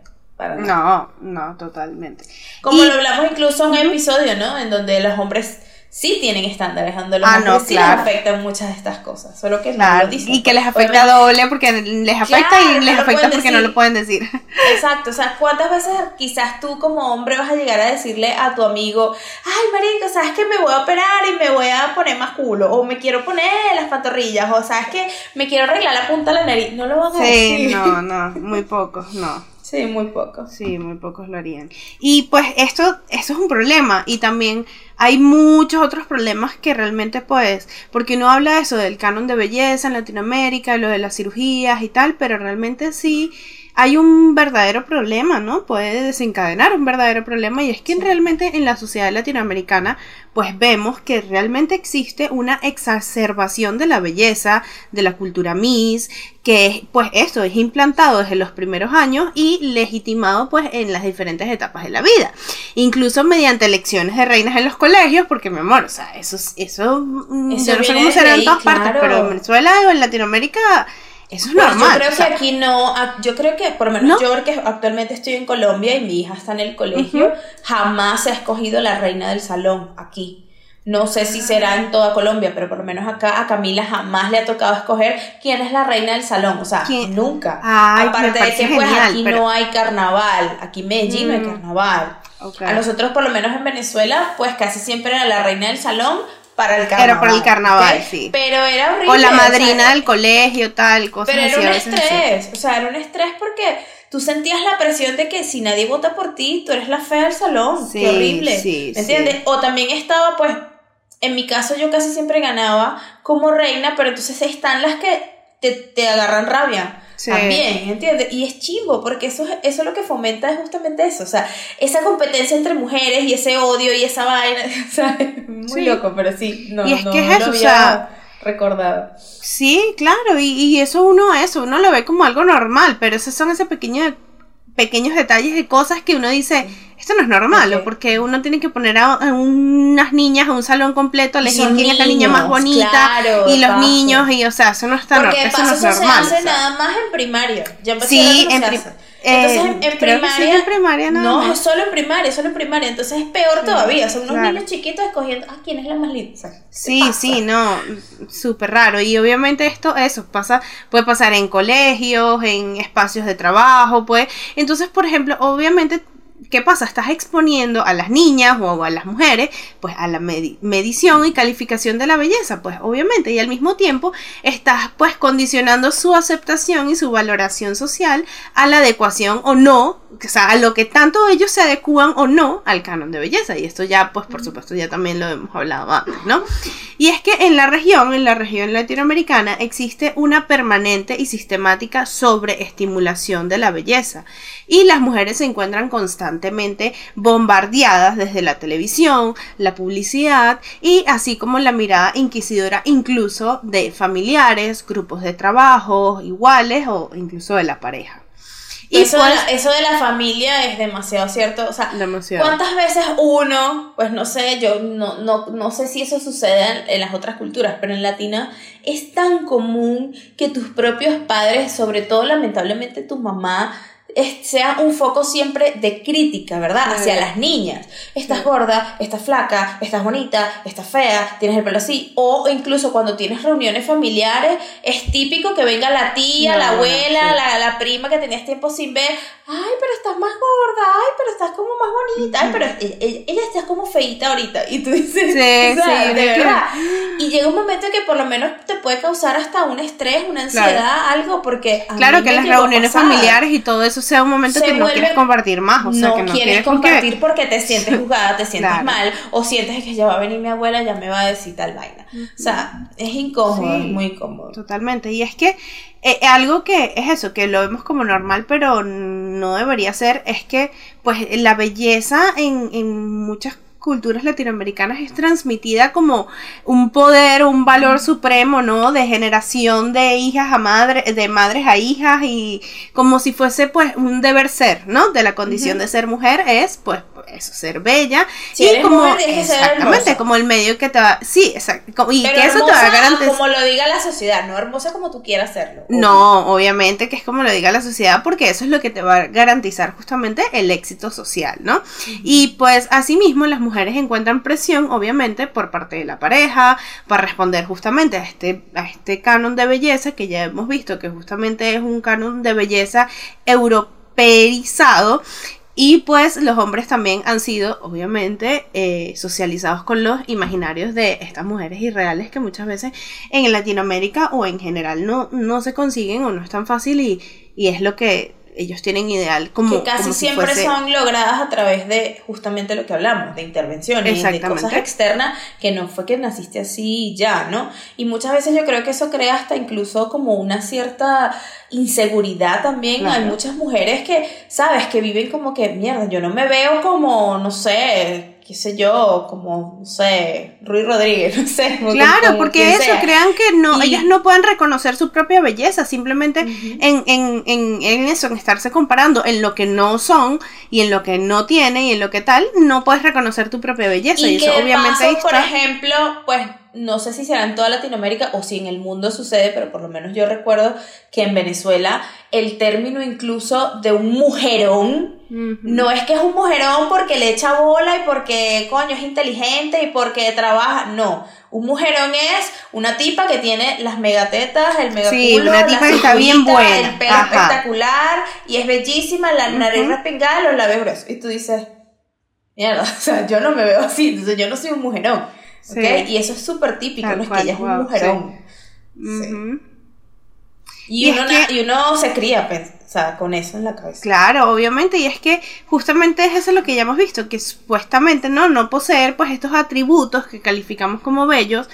No, totalmente. Como lo hablamos incluso en un episodio, ¿no? En donde los hombres sí tienen estándares, donde los hombres sí les afectan muchas de estas cosas, solo que no lo dicen. Y que les afecta doble porque les afecta y les afecta porque no lo pueden decir. Exacto, o sea, ¿cuántas veces quizás tú como hombre vas a llegar a decirle a tu amigo, ay marico, sabes que me voy a operar y me voy a poner más culo, o me quiero poner las pantorrillas, o sabes que me quiero arreglar la punta de la nariz? No lo van a decir. Sí, no, muy pocos, no. Sí, muy pocos. Sí, muy pocos lo harían. Y pues esto es un problema. Y también hay muchos otros problemas que realmente pues, porque uno habla de eso, del canon de belleza en Latinoamérica, lo de las cirugías y tal, pero realmente sí hay un verdadero problema, ¿no? Puede desencadenar un verdadero problema, y es que realmente en la sociedad latinoamericana pues vemos que realmente existe una exacerbación de la belleza, de la cultura Miss, que pues esto es implantado desde los primeros años y legitimado pues en las diferentes etapas de la vida, incluso mediante elecciones de reinas en los colegios, porque mi amor, o sea, eso yo no sé cómo será en todas partes, pero en Venezuela o en Latinoamérica eso es normal. Yo creo que aquí no, yo creo que, por lo menos yo creo que actualmente estoy en Colombia y mi hija está en el colegio, jamás se ha escogido la reina del salón aquí. No sé si será en toda Colombia, pero por lo menos acá a Camila jamás le ha tocado escoger quién es la reina del salón, o sea, nunca. Aparte de que pues genial, aquí no hay carnaval, aquí en Medellín no hay carnaval. A nosotros por lo menos en Venezuela pues casi siempre era la reina del salón, para el carnaval. Era para el carnaval, ¿okay? sí. Pero era horrible. O la madrina del colegio, tal, cosas pero así. Pero era un estrés, o sea, era un estrés porque tú sentías la presión de que si nadie vota por ti, tú eres la fea del salón. Sí, qué horrible. Sí, ¿Me entiendes? O también estaba, pues, en mi caso yo casi siempre ganaba como reina, pero entonces están las que te agarran rabia. Sí. También, ¿entiendes? Y es chimbo, porque eso lo que fomenta es justamente eso, o sea, esa competencia entre mujeres y ese odio y esa vaina, o sea, muy loco, pero sí, no, y es no, que es no eso, lo había o sea, recordado. Sí, claro, y eso uno lo ve como algo normal, pero esos son esos pequeños detalles de cosas que uno dice, esto no es normal, okay. Porque uno tiene que poner a unas niñas a un salón completo, elegir quién es la niña más bonita, claro, y los niños, y o sea, eso no está normal. Porque eso no es normal, se hace nada más en primaria. Ya sí, entonces en primaria, en primaria no, solo en primaria, entonces es peor todavía, son unos niños chiquitos escogiendo, quién es la más linda. O sea, sí, no, súper raro, y obviamente eso puede pasar en colegios, en espacios de trabajo, pues, entonces, por ejemplo, obviamente, ¿qué pasa? Estás exponiendo a las niñas o a las mujeres, pues, a la medición y calificación de la belleza, pues, obviamente, y al mismo tiempo estás, pues, condicionando su aceptación y su valoración social a la adecuación o no, o sea, a lo que tanto ellos se adecúan o no al canon de belleza, y esto ya, pues, por supuesto, ya también lo hemos hablado antes, ¿no? Y es que en la región latinoamericana, existe una permanente y sistemática sobreestimulación de la belleza, y las mujeres se encuentran constantemente bombardeadas desde la televisión, la publicidad y así como la mirada inquisidora incluso de familiares, grupos de trabajo iguales o incluso de la pareja. Y eso de la familia es demasiado cierto, o sea, demasiado. ¿Cuántas veces uno, pues no sé, yo no sé si eso sucede en las otras culturas, pero en Latina es tan común que tus propios padres, sobre todo lamentablemente tu mamá, sea un foco siempre de crítica, ¿verdad? Sí. Hacia las niñas. Estás gorda, estás flaca, estás bonita, estás fea, tienes el pelo así. O incluso cuando tienes reuniones familiares, es típico que venga la tía, la abuela, la prima que tenías tiempo sin ver. Ay, pero estás más gorda, ay, pero estás como más bonita, ay, pero ella está como feíta ahorita. Y tú dices, de verdad. Y llega un momento que por lo menos te puede causar hasta un estrés, una ansiedad, algo, porque claro que las reuniones familiares y todo eso sea un momento que no quieres compartir más, o sea, no que no quieres compartir porque te sientes juzgada, te sientes mal, o sientes que ya va a venir mi abuela, ya me va a decir tal vaina. O sea, es incómodo, es muy incómodo. Totalmente, y es que algo que es eso, que lo vemos como normal, pero no debería ser, es que pues la belleza en muchas culturas latinoamericanas es transmitida como un poder, un valor supremo, ¿no? De generación de hijas a madres, de madres a hijas, y como si fuese pues un deber ser, ¿no? De la condición de ser mujer es pues eso, ser bella, si y como mujer, exactamente, como el medio que te va, sí, exacto, y pero que eso te va a garantizar, como lo diga la sociedad, no hermosa como tú quieras hacerlo. No, obviamente que es como lo diga la sociedad, porque eso es lo que te va a garantizar justamente el éxito social, ¿no? Y pues asimismo las mujeres encuentran presión, obviamente, por parte de la pareja, para responder justamente a este canon de belleza que ya hemos visto, que justamente es un canon de belleza europeizado. Y pues los hombres también han sido, obviamente, socializados con los imaginarios de estas mujeres irreales que muchas veces en Latinoamérica o en general no se consiguen o no es tan fácil, y es lo que ellos tienen ideal como que casi como si siempre fuese... son logradas a través de justamente lo que hablamos, de intervenciones, de cosas externas, que no fue que naciste así y ya, ¿no? Y muchas veces yo creo que eso crea hasta incluso como una cierta inseguridad también. Claro. Hay muchas mujeres que, ¿sabes? Que viven como que, mierda, yo no me veo como, no sé, qué sé yo, como, no sé, Ruy Rodríguez, no sé. Claro, porque eso, crean que no, ellas no pueden reconocer su propia belleza, simplemente en eso, en estarse comparando en lo que no son, y en lo que no tienen, y en lo que tal, no puedes reconocer tu propia belleza. Y eso obviamente paso, por ejemplo, pues, no sé si será en toda Latinoamérica o si en el mundo sucede, pero por lo menos yo recuerdo que en Venezuela el término incluso de un mujerón, no es que es un mujerón porque le echa bola y porque, coño, es inteligente y porque trabaja, no. Un mujerón es una tipa que tiene las megatetas, el megaculo, una tipa que está bien buena, el pelo espectacular y es bellísima, la nariz respingada, los labios gruesos. Y tú dices, mierda, o sea, yo no me veo así, entonces yo no soy un mujerón. ¿okay? Y eso es súper típico, no es que ella es un mujerón. Sí. Y uno se cría, o sea, con eso en la cabeza. Claro, obviamente, y es que justamente es eso lo que ya hemos visto, que supuestamente no poseer pues estos atributos que calificamos como bellos,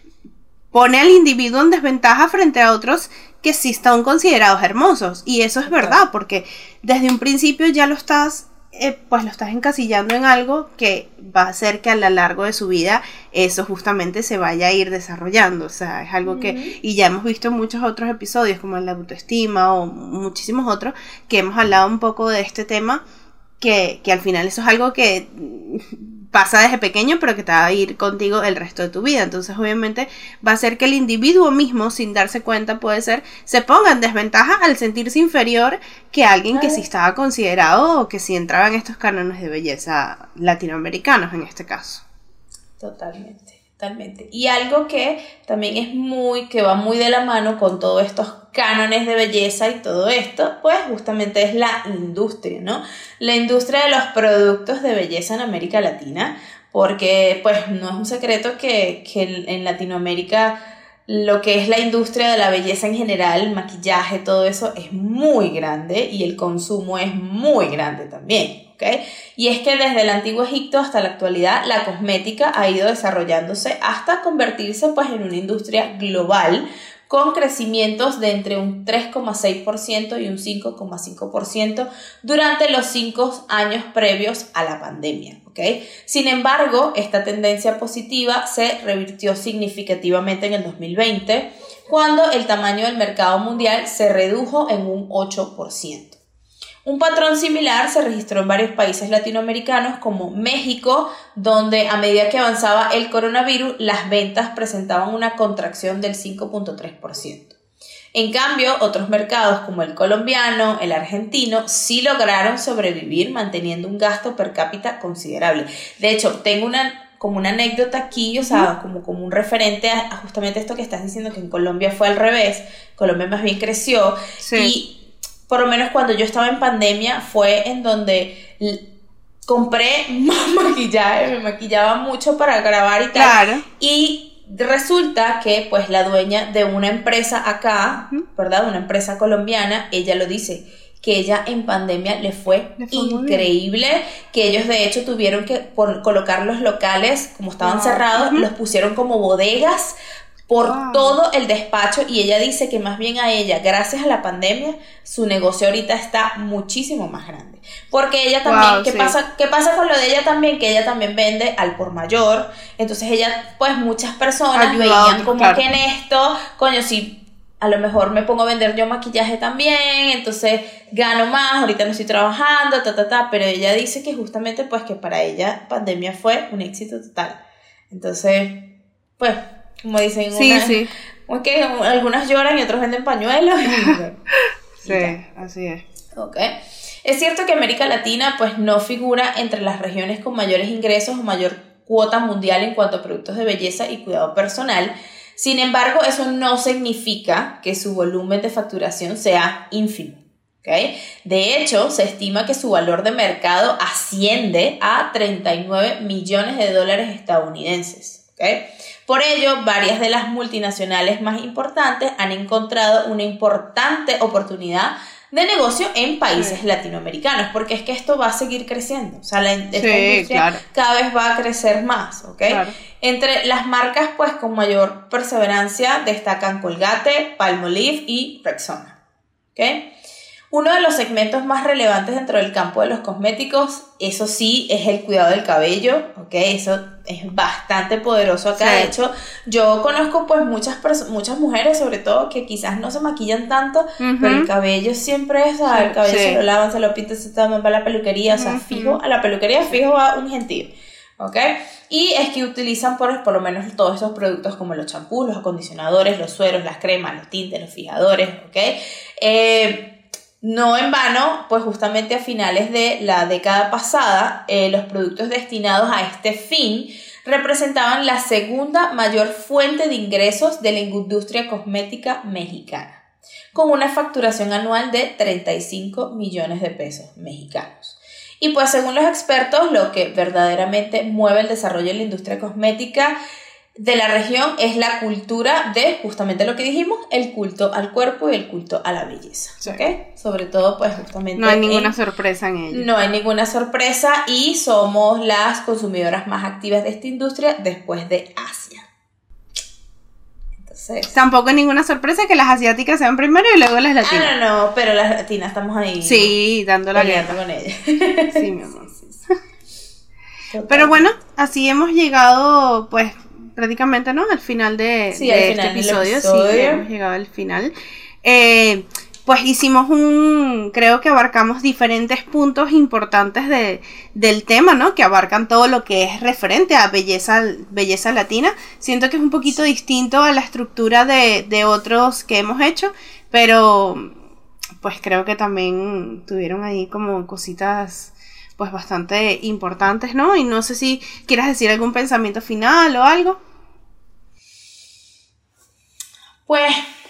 pone al individuo en desventaja frente a otros que sí están considerados hermosos, y eso es verdad, porque desde un principio ya lo estás encasillando en algo que va a hacer que a lo largo de su vida eso justamente se vaya a ir desarrollando. O sea, es algo que, y ya hemos visto en muchos otros episodios como la autoestima o muchísimos otros que hemos hablado un poco de este tema, que al final eso es algo que pasa desde pequeño, pero que te va a ir contigo el resto de tu vida. Entonces obviamente va a hacer que el individuo mismo, sin darse cuenta, puede ser, se ponga en desventaja al sentirse inferior que alguien que sí estaba considerado o que sí entraba en estos cánones de belleza latinoamericanos en este caso. Totalmente. Y algo que también que va muy de la mano con todos estos cánones de belleza y todo esto, pues justamente es la industria, ¿no? La industria de los productos de belleza en América Latina, porque pues no es un secreto que en Latinoamérica lo que es la industria de la belleza en general, maquillaje, todo eso es muy grande y el consumo es muy grande también. ¿Okay? Y es que desde el antiguo Egipto hasta la actualidad la cosmética ha ido desarrollándose hasta convertirse pues en una industria global con crecimientos de entre un 3,6% y un 5,5% durante los 5 años previos a la pandemia. ¿Okay? Sin embargo, esta tendencia positiva se revirtió significativamente en el 2020 cuando el tamaño del mercado mundial se redujo en un 8%. Un patrón similar se registró en varios países latinoamericanos como México, donde a medida que avanzaba el coronavirus, las ventas presentaban una contracción del 5,3%. En cambio, otros mercados como el colombiano, el argentino, sí lograron sobrevivir manteniendo un gasto per cápita considerable. De hecho, tengo como una anécdota aquí, o sea, como un referente a justamente esto que estás diciendo, que en Colombia fue al revés. Colombia más bien creció. Sí. Y por lo menos cuando yo estaba en pandemia fue en donde compré más maquillaje, me maquillaba mucho para grabar y tal. Claro. Y resulta que pues la dueña de una empresa acá, ¿verdad? Una empresa colombiana, ella lo dice, que ella en pandemia le fue increíble, que ellos de hecho tuvieron que colocar los locales, como estaban cerrados, los pusieron como bodegas por todo el despacho, y ella dice que más bien a ella, gracias a la pandemia, su negocio ahorita está muchísimo más grande, porque ella también, ¿qué pasa con lo de ella también? Que ella también vende al por mayor, entonces ella, pues muchas personas veían como que en esto, coño, si a lo mejor me pongo a vender yo maquillaje también, entonces gano más, ahorita no estoy trabajando, pero ella dice que justamente pues que para ella pandemia fue un éxito total, entonces, pues como dicen, que algunas lloran y otros venden pañuelos. Sí, así es. Okay. Es cierto que América Latina pues no figura entre las regiones con mayores ingresos o mayor cuota mundial en cuanto a productos de belleza y cuidado personal. Sin embargo, eso no significa que su volumen de facturación sea ínfimo. ¿Okay? De hecho, se estima que su valor de mercado asciende a $39 millones estadounidenses. ¿Okay? Por ello, varias de las multinacionales más importantes han encontrado una importante oportunidad de negocio en países latinoamericanos, porque es que esto va a seguir creciendo, o sea, esta industria cada vez va a crecer más, ¿ok? Claro. Entre las marcas, pues, con mayor perseverancia destacan Colgate, Palmolive y Rexona, ¿ok? Uno de los segmentos más relevantes dentro del campo de los cosméticos, eso sí, es el cuidado del cabello, ¿ok? Eso es bastante poderoso acá. Sí. De hecho, yo conozco pues muchas mujeres, sobre todo, que quizás no se maquillan tanto, pero el cabello siempre es, el cabello se lo lavan, se lo pintan, se toman para la peluquería, o sea, fijo, a la peluquería fijo va un gentío, ¿ok? Y es que utilizan por lo menos todos esos productos como los champús, los acondicionadores, los sueros, las cremas, los tintes, los fijadores, ¿ok? No en vano, pues justamente a finales de la década pasada, los productos destinados a este fin representaban la segunda mayor fuente de ingresos de la industria cosmética mexicana, con una facturación anual de 35 millones de pesos mexicanos. Y pues según los expertos, lo que verdaderamente mueve el desarrollo de la industria cosmética de la región es la cultura de justamente lo que dijimos, el culto al cuerpo y el culto a la belleza, sí. ¿Ok? Sobre todo, pues justamente... No hay ninguna sorpresa en ello. No hay ninguna sorpresa y somos las consumidoras más activas de esta industria después de Asia. Entonces... Tampoco hay ninguna sorpresa que las asiáticas sean primero y luego las latinas. No, pero las latinas estamos ahí. Sí, dando la guerra con ellas. Sí, mi amor. Sí. Pero bueno, así hemos llegado, pues... prácticamente, ¿no? Al final de este episodio. Sí, hemos llegado al final. Pues hicimos creo que abarcamos diferentes puntos importantes del tema, ¿no? Que abarcan todo lo que es referente a belleza latina. Siento que es un poquito distinto a la estructura de otros que hemos hecho, pero pues creo que también tuvieron ahí como cositas pues bastante importantes, ¿no? Y no sé si quieras decir algún pensamiento final o algo. Pues,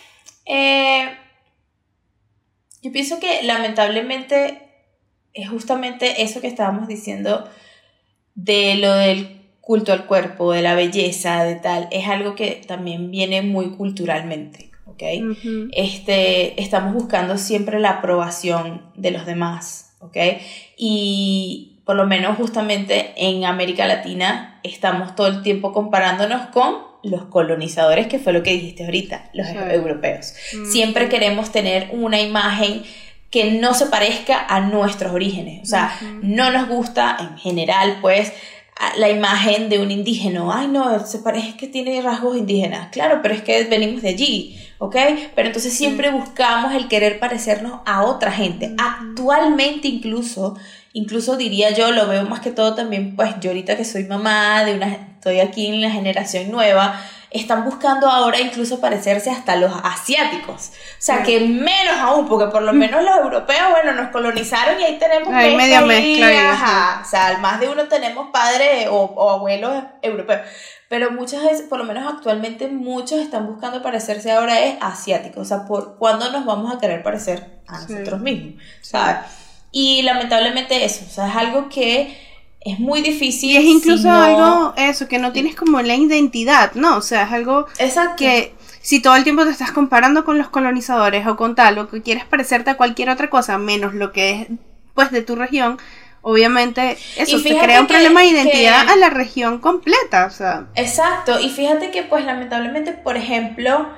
yo pienso que lamentablemente es justamente eso que estábamos diciendo de lo del culto al cuerpo, de la belleza, de tal, es algo que también viene muy culturalmente, ¿ok? Uh-huh. Estamos buscando siempre la aprobación de los demás, ¿ok? Y por lo menos justamente en América Latina estamos todo el tiempo comparándonos con los colonizadores, que fue lo que dijiste ahorita, los europeos. Siempre queremos tener una imagen que no se parezca a nuestros orígenes. O sea, no nos gusta en general, pues, la imagen de un indígena. Ay, no, se parece que tiene rasgos indígenas. Claro, pero es que venimos de allí, ¿ok? Pero entonces siempre buscamos el querer parecernos a otra gente. Actualmente incluso diría yo, lo veo más que todo también, pues yo ahorita que soy mamá, estoy aquí en la generación nueva, están buscando ahora incluso parecerse hasta a los asiáticos. O sea, que menos aún, porque por lo menos los europeos, bueno, nos colonizaron y ahí tenemos media mezcla. Ajá, o sea, más de uno tenemos padres o abuelos europeos. Pero muchas veces, por lo menos actualmente, muchos están buscando parecerse ahora es asiáticos. O sea, ¿cuándo nos vamos a querer parecer a nosotros mismos? ¿Sabes? Y lamentablemente eso, o sea, es algo que es muy difícil. Y es incluso algo, eso, que no tienes como la identidad, ¿no? O sea, es algo que si todo el tiempo te estás comparando con los colonizadores o con tal, o que quieres parecerte a cualquier otra cosa, menos lo que es, pues, de tu región, obviamente eso te crea un problema de identidad a la región completa, o sea. Exacto, y fíjate que, pues, lamentablemente, por ejemplo,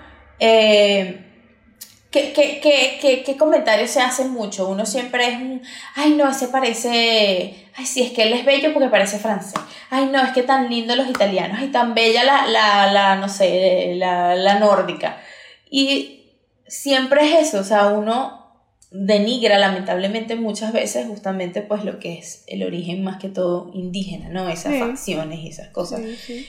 ¿Qué comentarios se hacen mucho? Uno siempre es ay no, ese parece, ay sí, es que él es bello porque parece francés, ay no, es que tan lindo los italianos, ay tan bella no sé, la nórdica, y siempre es eso, o sea, uno denigra lamentablemente muchas veces justamente pues lo que es el origen más que todo indígena, ¿no? Esas facciones y esas cosas,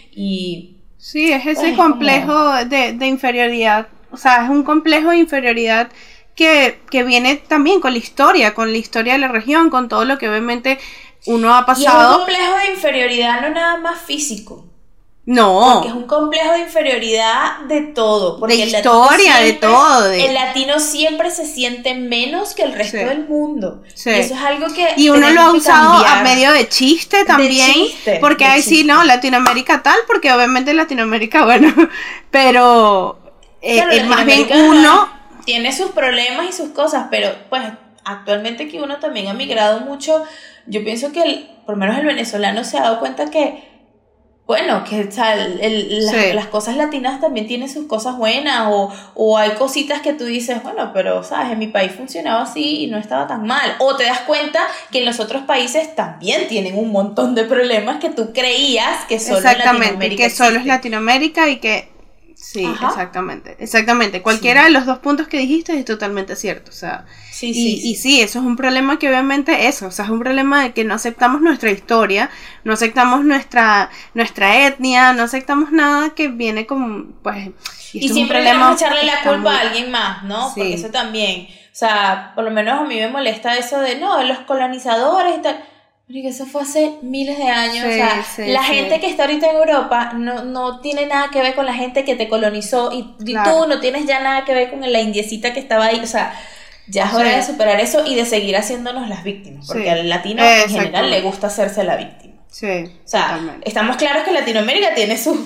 y sí, es ese complejo de inferioridad. O sea, es un complejo de inferioridad que viene también con la historia de la región, con todo lo que obviamente uno ha pasado. Y es un complejo de inferioridad no nada más físico. No. Porque es un complejo de inferioridad de todo. Porque de historia, de todo. El latino siempre se siente menos que el resto del mundo. Sí. Y eso es algo que y uno lo ha usado a medio de chiste también. Porque ahí sí, no, Latinoamérica tal, porque obviamente Latinoamérica, bueno, pero... Claro, más bien uno tiene sus problemas y sus cosas, pero pues actualmente que uno también ha migrado mucho, yo pienso que por lo menos el venezolano se ha dado cuenta que bueno, que o sea, las cosas latinas también tienen sus cosas buenas o hay cositas que tú dices, bueno, pero sabes, en mi país funcionaba así y no estaba tan mal, o te das cuenta que en los otros países también tienen un montón de problemas que tú creías que solo en Latinoamérica que solo es Latinoamérica y que sí, exactamente. Cualquiera de los dos puntos que dijiste es totalmente cierto, o sea, y sí, eso es un problema que obviamente o sea, es un problema de que no aceptamos nuestra historia, no aceptamos nuestra etnia, no aceptamos nada que viene con, pues, y siempre queremos echarle la culpa a alguien más, ¿no? Sí. Porque eso también, o sea, por lo menos a mí me molesta eso de, no, los colonizadores y tal. Porque eso fue hace miles de años, o sea, la gente que está ahorita en Europa no tiene nada que ver con la gente que te colonizó y tú no tienes ya nada que ver con la indiecita que estaba ahí, o sea, ya es hora de superar eso y de seguir haciéndonos las víctimas, porque al latino en general le gusta hacerse la víctima. Sí, o sea, estamos claros que Latinoamérica tiene sus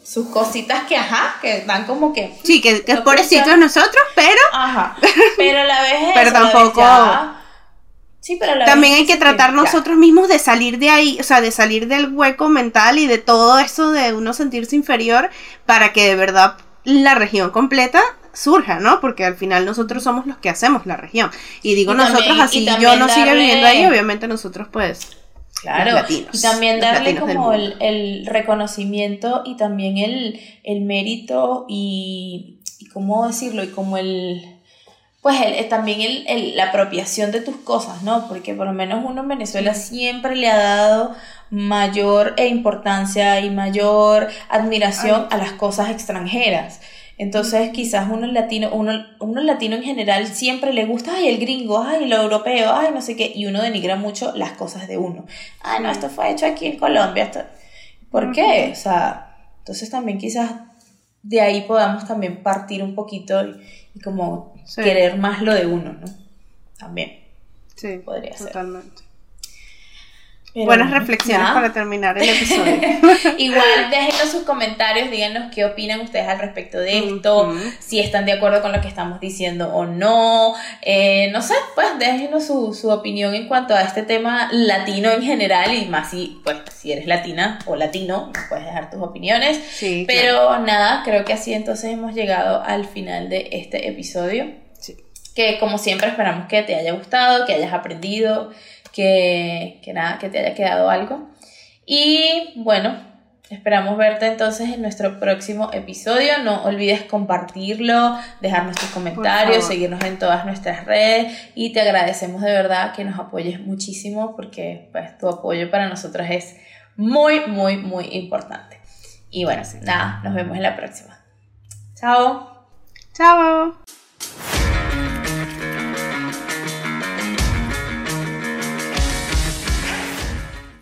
sus cositas que dan como que... Sí, que es pobrecito de nosotros, pero... Ajá, pero a la vez es... Pero tampoco... Sí, pero a la también vez hay que tratar nosotros mismos de salir de ahí, o sea, de salir del hueco mental y de todo eso de uno sentirse inferior para que de verdad la región completa surja, ¿no? Porque al final nosotros somos los que hacemos la región. Y digo nosotros, así yo no siga viviendo ahí, obviamente nosotros pues... Claro, latinos, y también darle como el reconocimiento y también el mérito y cómo decirlo, y como también la apropiación de tus cosas, ¿no? Porque por lo menos uno en Venezuela siempre le ha dado mayor importancia y mayor admiración a las cosas extranjeras. Entonces quizás uno latino en general siempre le gusta, ay, el gringo, ay, lo europeo, ay, no sé qué, y uno denigra mucho las cosas de uno. Ay, no, esto fue hecho aquí en Colombia. ¿Por qué? O sea, entonces también quizás de ahí podamos también partir un poquito y como querer más lo de uno, ¿no? También. Sí, podría ser. Totalmente. Pero buenas reflexiones para terminar el episodio. Igual déjenos sus comentarios, díganos qué opinan ustedes al respecto de esto, si están de acuerdo con lo que estamos diciendo o no, no sé, pues déjenos su opinión en cuanto a este tema latino en general, y más si eres latina o latino, nos puedes dejar tus opiniones. Sí, pero claro. Nada, creo que así entonces hemos llegado al final de este episodio, que como siempre esperamos que te haya gustado, que hayas aprendido, que te haya quedado algo. Y bueno, esperamos verte entonces en nuestro próximo episodio. No olvides compartirlo, dejarnos tus comentarios, seguirnos en todas nuestras redes, y te agradecemos de verdad que nos apoyes muchísimo, porque pues tu apoyo para nosotros es muy, muy, muy importante. Y bueno, nada, nos vemos en la próxima. Chao. Chao.